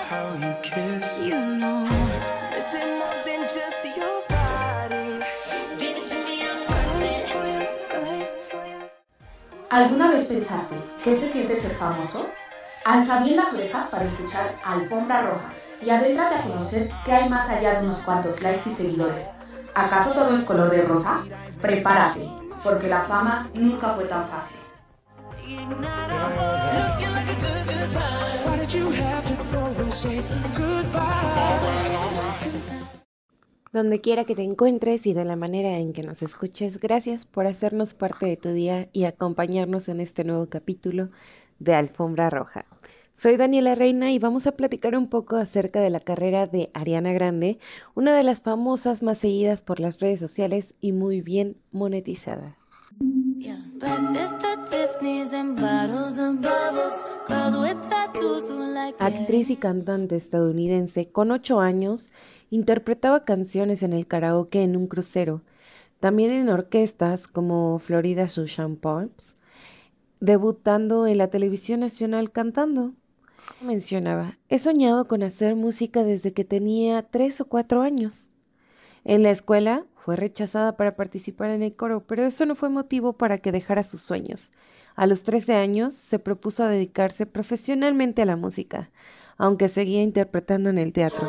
how you kiss. You know, this ain't more than just your body. Give it to me, I'm good for you, good for you. ¿Alguna vez pensaste qué se siente ser famoso? Alza bien las orejas para escuchar Alfombra Roja y adéntrate a conocer qué hay más allá de unos cuantos likes y seguidores. ¿Acaso todo es color de rosa? Prepárate, porque la fama nunca fue tan fácil. Donde quiera que te encuentres y de la manera en que nos escuches, gracias por hacernos parte de tu día y acompañarnos en este nuevo capítulo de Alfombra Roja. Soy Daniela Reina y vamos a platicar un poco acerca de la carrera de Ariana Grande, una de las famosas más seguidas por las redes sociales y muy bien monetizada. Actriz y cantante estadounidense, con 8 años, interpretaba canciones en el karaoke en un crucero, también en orquestas como Florida Sunshine Pops, debutando en la televisión nacional cantando. Mencionaba, he soñado con hacer música desde que tenía 3 o 4 años. En la escuela fue rechazada para participar en el coro, pero eso no fue motivo para que dejara sus sueños. A los 13 años se propuso a dedicarse profesionalmente a la música, aunque seguía interpretando en el teatro.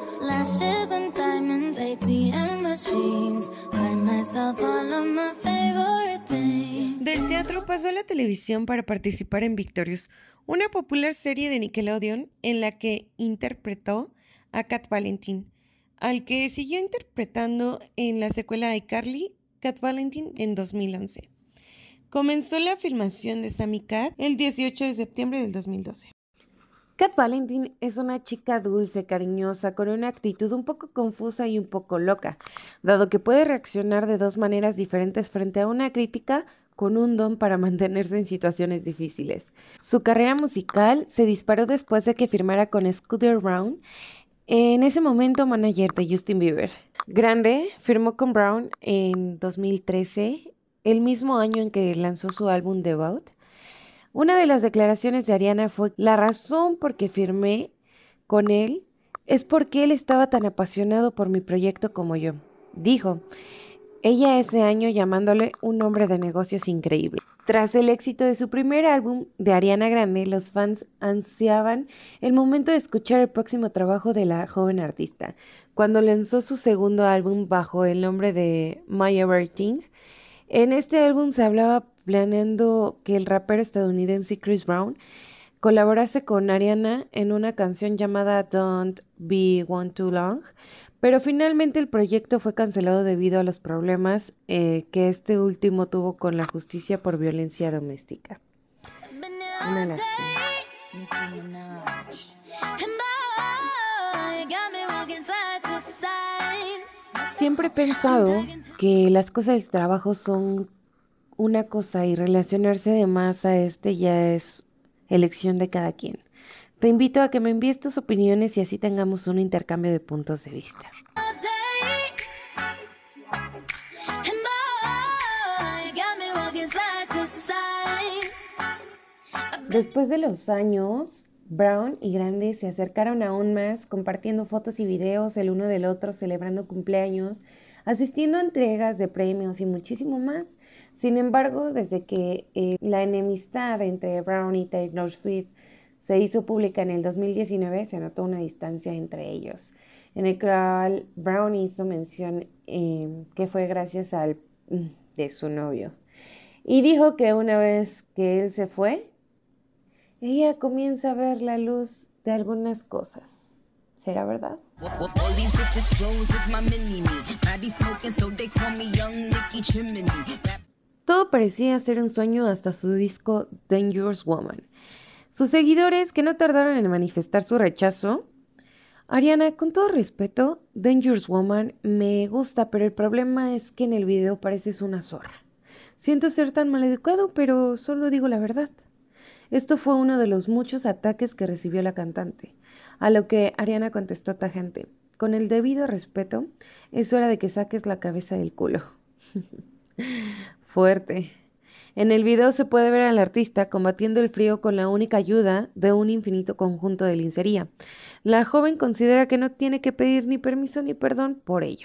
Del teatro pasó a la televisión para participar en Victorious, una popular serie de Nickelodeon en la que interpretó a Cat Valentin, al que siguió interpretando en la secuela iCarly, Cat Valentin, en 2011. Comenzó la filmación de Sammy Cat el 18 de septiembre del 2012. Cat Valentin es una chica dulce, cariñosa, con una actitud un poco confusa y un poco loca, dado que puede reaccionar de dos maneras diferentes frente a una crítica, con un don para mantenerse en situaciones difíciles. Su carrera musical se disparó después de que firmara con Scooter Braun, en ese momento manager de Justin Bieber. Grande firmó con Braun en 2013, el mismo año en que lanzó su álbum debut. Una de las declaraciones de Ariana fue: la razón por que firmé con él es porque él estaba tan apasionado por mi proyecto como yo. Dijo ella ese año, llamándole un hombre de negocios increíble. Tras el éxito de su primer álbum de Ariana Grande, los fans ansiaban el momento de escuchar el próximo trabajo de la joven artista. Cuando lanzó su segundo álbum bajo el nombre de My Everything, en este álbum se hablaba planeando que el rapero estadounidense Chris Brown colaborase con Ariana en una canción llamada Don't Be One Too Long, pero finalmente el proyecto fue cancelado debido a los problemas que este último tuvo con la justicia por violencia doméstica. Una lástima. Siempre he pensado que las cosas del trabajo son una cosa y relacionarse de más a ya es elección de cada quien. Te invito a que me envíes tus opiniones y así tengamos un intercambio de puntos de vista. Después de los años, Brown y Grande se acercaron aún más, compartiendo fotos y videos el uno del otro, celebrando cumpleaños, asistiendo a entregas de premios y muchísimo más. Sin embargo, desde que la enemistad entre Brown y Taylor Swift se hizo pública en el 2019, se notó una distancia entre ellos, en el cual Brown hizo mención que fue gracias de su novio. Y dijo que una vez que él se fue, ella comienza a ver la luz de algunas cosas. ¿Será verdad? Todo parecía ser un sueño hasta su disco Dangerous Woman. Sus seguidores, que no tardaron en manifestar su rechazo: Ariana, con todo respeto, Dangerous Woman me gusta, pero el problema es que en el video pareces una zorra. Siento ser tan maleducado, pero solo digo la verdad. Esto fue uno de los muchos ataques que recibió la cantante, a lo que Ariana contestó tajante: con el debido respeto, es hora de que saques la cabeza del culo. Fuerte. En el video se puede ver al artista combatiendo el frío con la única ayuda de un infinito conjunto de lencería. La joven considera que no tiene que pedir ni permiso ni perdón por ello.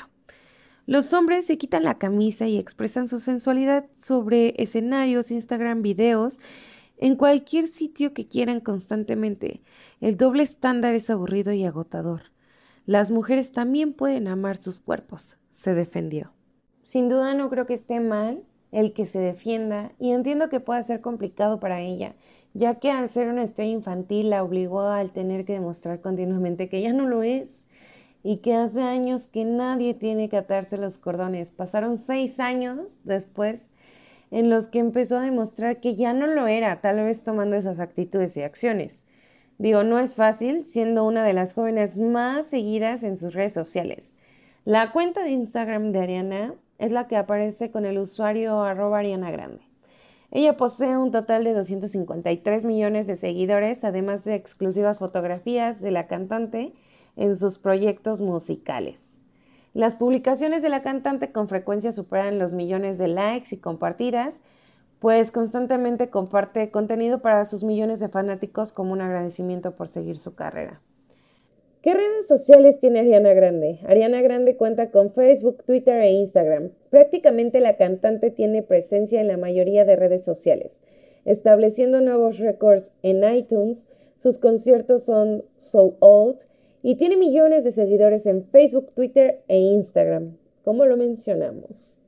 Los hombres se quitan la camisa y expresan su sensualidad sobre escenarios, Instagram, videos, en cualquier sitio que quieran constantemente. El doble estándar es aburrido y agotador. Las mujeres también pueden amar sus cuerpos, se defendió. Sin duda no creo que esté mal el que se defienda, y entiendo que pueda ser complicado para ella, ya que al ser una estrella infantil la obligó al tener que demostrar continuamente que ella no lo es, y que hace años que nadie tiene que atarse los cordones. Pasaron 6 años después en los que empezó a demostrar que ya no lo era, tal vez tomando esas actitudes y acciones. Digo, no es fácil, siendo una de las jóvenes más seguidas en sus redes sociales. La cuenta de Instagram de Ariana es la que aparece con el usuario @ArianaGrande. Ella posee un total de 253 millones de seguidores, además de exclusivas fotografías de la cantante en sus proyectos musicales. Las publicaciones de la cantante con frecuencia superan los millones de likes y compartidas, pues constantemente comparte contenido para sus millones de fanáticos como un agradecimiento por seguir su carrera. ¿Qué redes sociales tiene Ariana Grande? Ariana Grande cuenta con Facebook, Twitter e Instagram. Prácticamente la cantante tiene presencia en la mayoría de redes sociales, estableciendo nuevos récords en iTunes. Sus conciertos son sold out y tiene millones de seguidores en Facebook, Twitter e Instagram, como lo mencionamos.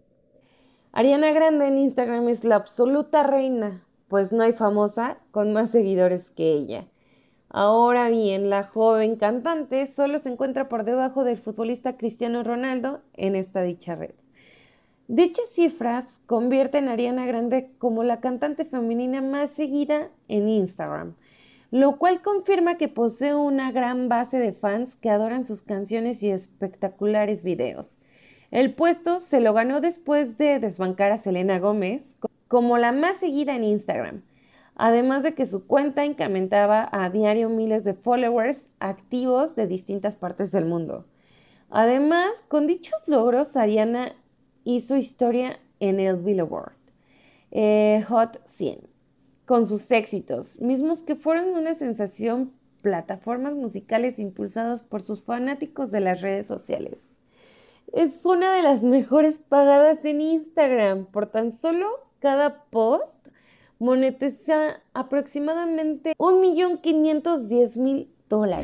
Ariana Grande en Instagram es la absoluta reina, pues no hay famosa con más seguidores que ella. Ahora bien, la joven cantante solo se encuentra por debajo del futbolista Cristiano Ronaldo en esta dicha red. Dichas cifras convierten a Ariana Grande como la cantante femenina más seguida en Instagram, lo cual confirma que posee una gran base de fans que adoran sus canciones y espectaculares videos. El puesto se lo ganó después de desbancar a Selena Gómez como la más seguida en Instagram, además de que su cuenta incrementaba a diario miles de followers activos de distintas partes del mundo. Además, con dichos logros, Ariana hizo historia en el Billboard Hot 100, con sus éxitos, mismos que fueron una sensación, plataformas musicales impulsadas por sus fanáticos de las redes sociales. Es una de las mejores pagadas en Instagram. Por tan solo cada post monetiza aproximadamente $1.510.000.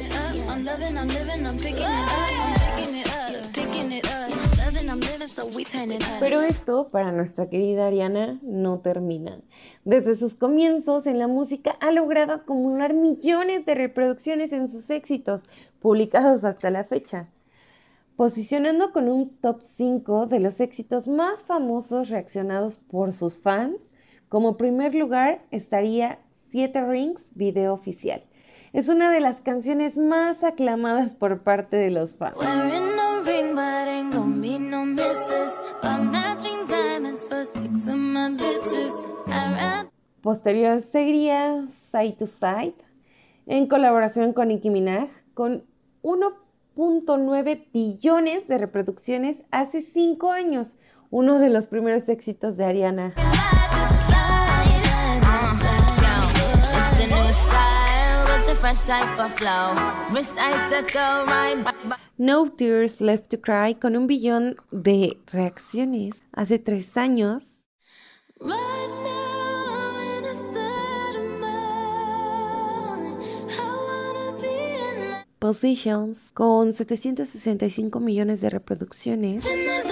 Pero esto, para nuestra querida Ariana, no termina. Desde sus comienzos en la música ha logrado acumular millones de reproducciones en sus éxitos, publicados hasta la fecha, posicionando con un top 5 de los éxitos más famosos reaccionados por sus fans. Como primer lugar estaría 7 Rings, video oficial. Es una de las canciones más aclamadas por parte de los fans. Posterior seguiría Side to Side, en colaboración con Nicki Minaj, con 1.9 billones de reproducciones hace 5 años, uno de los primeros éxitos de Ariana. No Tears Left to Cry, con 1 billón de reacciones hace 3 años. Positions, con 765 millones de reproducciones.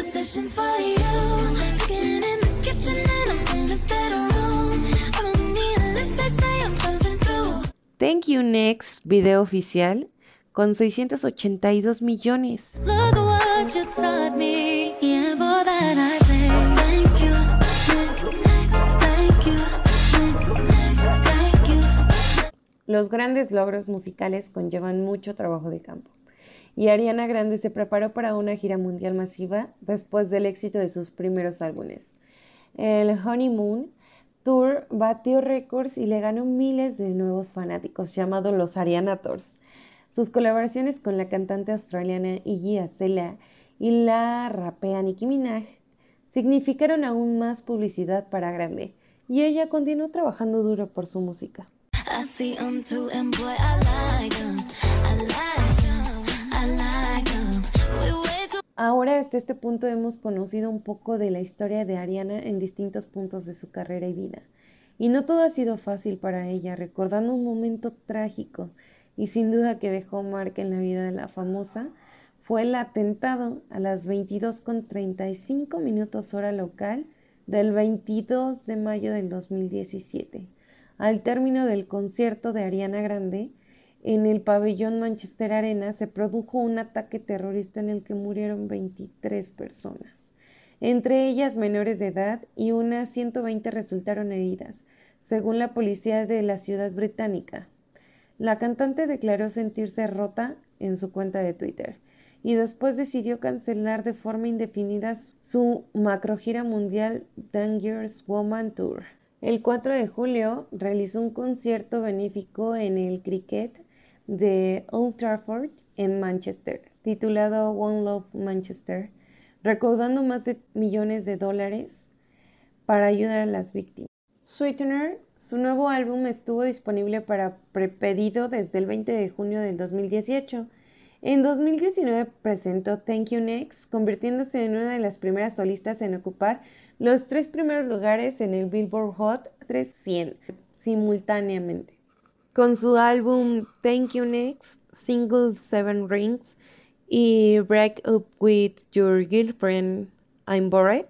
Thank You Next, video oficial, con 682 millones. Los grandes logros musicales conllevan mucho trabajo de campo, y Ariana Grande se preparó para una gira mundial masiva después del éxito de sus primeros álbumes. El Honeymoon Tour batió récords y le ganó miles de nuevos fanáticos, llamados los Ariana Tours. Sus colaboraciones con la cantante australiana Iggy Azalea y la rapera Nicki Minaj significaron aún más publicidad para Grande, y ella continuó trabajando duro por su música. I see 'em too, and boy, I like 'em. I like 'em. I like 'em. We way too. Ahora hasta este punto hemos conocido un poco de la historia de Ariana en distintos puntos de su carrera y vida. Y no todo ha sido fácil para ella, recordando un momento trágico y sin duda que dejó marca en la vida de la famosa, fue el atentado a las 22:35 hora local del 22 de mayo del 2017, al término del concierto de Ariana Grande. En el pabellón Manchester Arena se produjo un ataque terrorista en el que murieron 23 personas, entre ellas menores de edad, y unas 120 resultaron heridas, según la policía de la ciudad británica. La cantante declaró sentirse rota en su cuenta de Twitter y después decidió cancelar de forma indefinida su macrogira mundial Dangerous Woman Tour. El 4 de julio realizó un concierto benéfico en el cricket de Old Trafford en Manchester, titulado One Love Manchester, recaudando más de millones de dólares para ayudar a las víctimas. Sweetener, su nuevo álbum, estuvo disponible para prepedido desde el 20 de junio del 2018. En 2019 presentó Thank You Next, convirtiéndose en una de las primeras solistas en ocupar los 3 primeros lugares en el Billboard Hot 300 simultáneamente. Con su álbum Thank You Next, single 7 Rings y Break Up With Your Girlfriend, I'm Bored.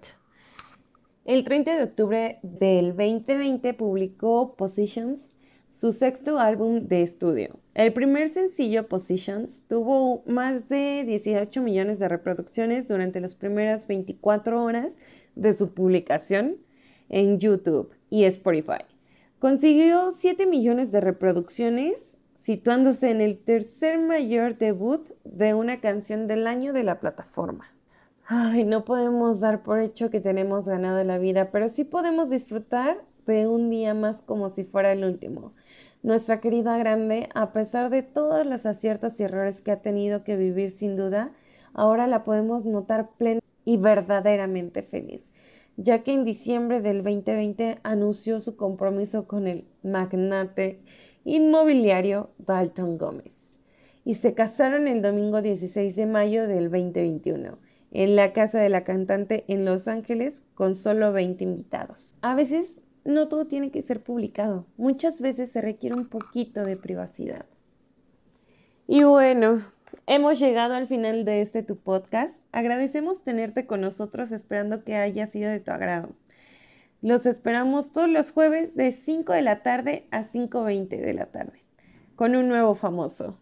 El 30 de octubre del 2020 publicó Positions, su sexto álbum de estudio. El primer sencillo, Positions, tuvo más de 18 millones de reproducciones durante las primeras 24 horas de su publicación en YouTube y Spotify. Consiguió 7 millones de reproducciones, situándose en el tercer mayor debut de una canción del año de la plataforma. Ay, no podemos dar por hecho que tenemos ganado la vida, pero sí podemos disfrutar de un día más como si fuera el último. Nuestra querida Grande, a pesar de todos los aciertos y errores que ha tenido que vivir sin duda, ahora la podemos notar plena y verdaderamente feliz, ya que en diciembre del 2020 anunció su compromiso con el magnate inmobiliario Dalton Gómez y se casaron el domingo 16 de mayo del 2021 en la casa de la cantante en Los Ángeles con solo 20 invitados. A veces no todo tiene que ser publicado, muchas veces se requiere un poquito de privacidad. Y bueno, hemos llegado al final de tu podcast. Agradecemos tenerte con nosotros, esperando que haya sido de tu agrado. Los esperamos todos los jueves de 5 de la tarde a 5:20 de la tarde, con un nuevo famoso.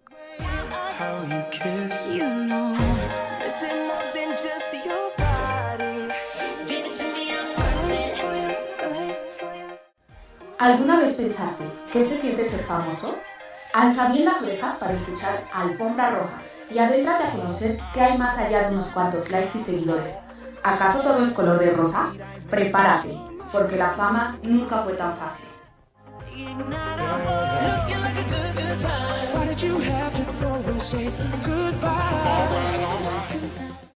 You know, this ain't more than just your body. Give it to me, I'm perfect for you, for you. ¿Alguna vez pensaste qué se siente ser famoso? Alza bien las orejas para escuchar Alfombra Roja y adéntrate a conocer qué hay más allá de unos cuantos likes y seguidores. ¿Acaso todo es color de rosa? Prepárate, porque la fama nunca fue tan fácil. Looking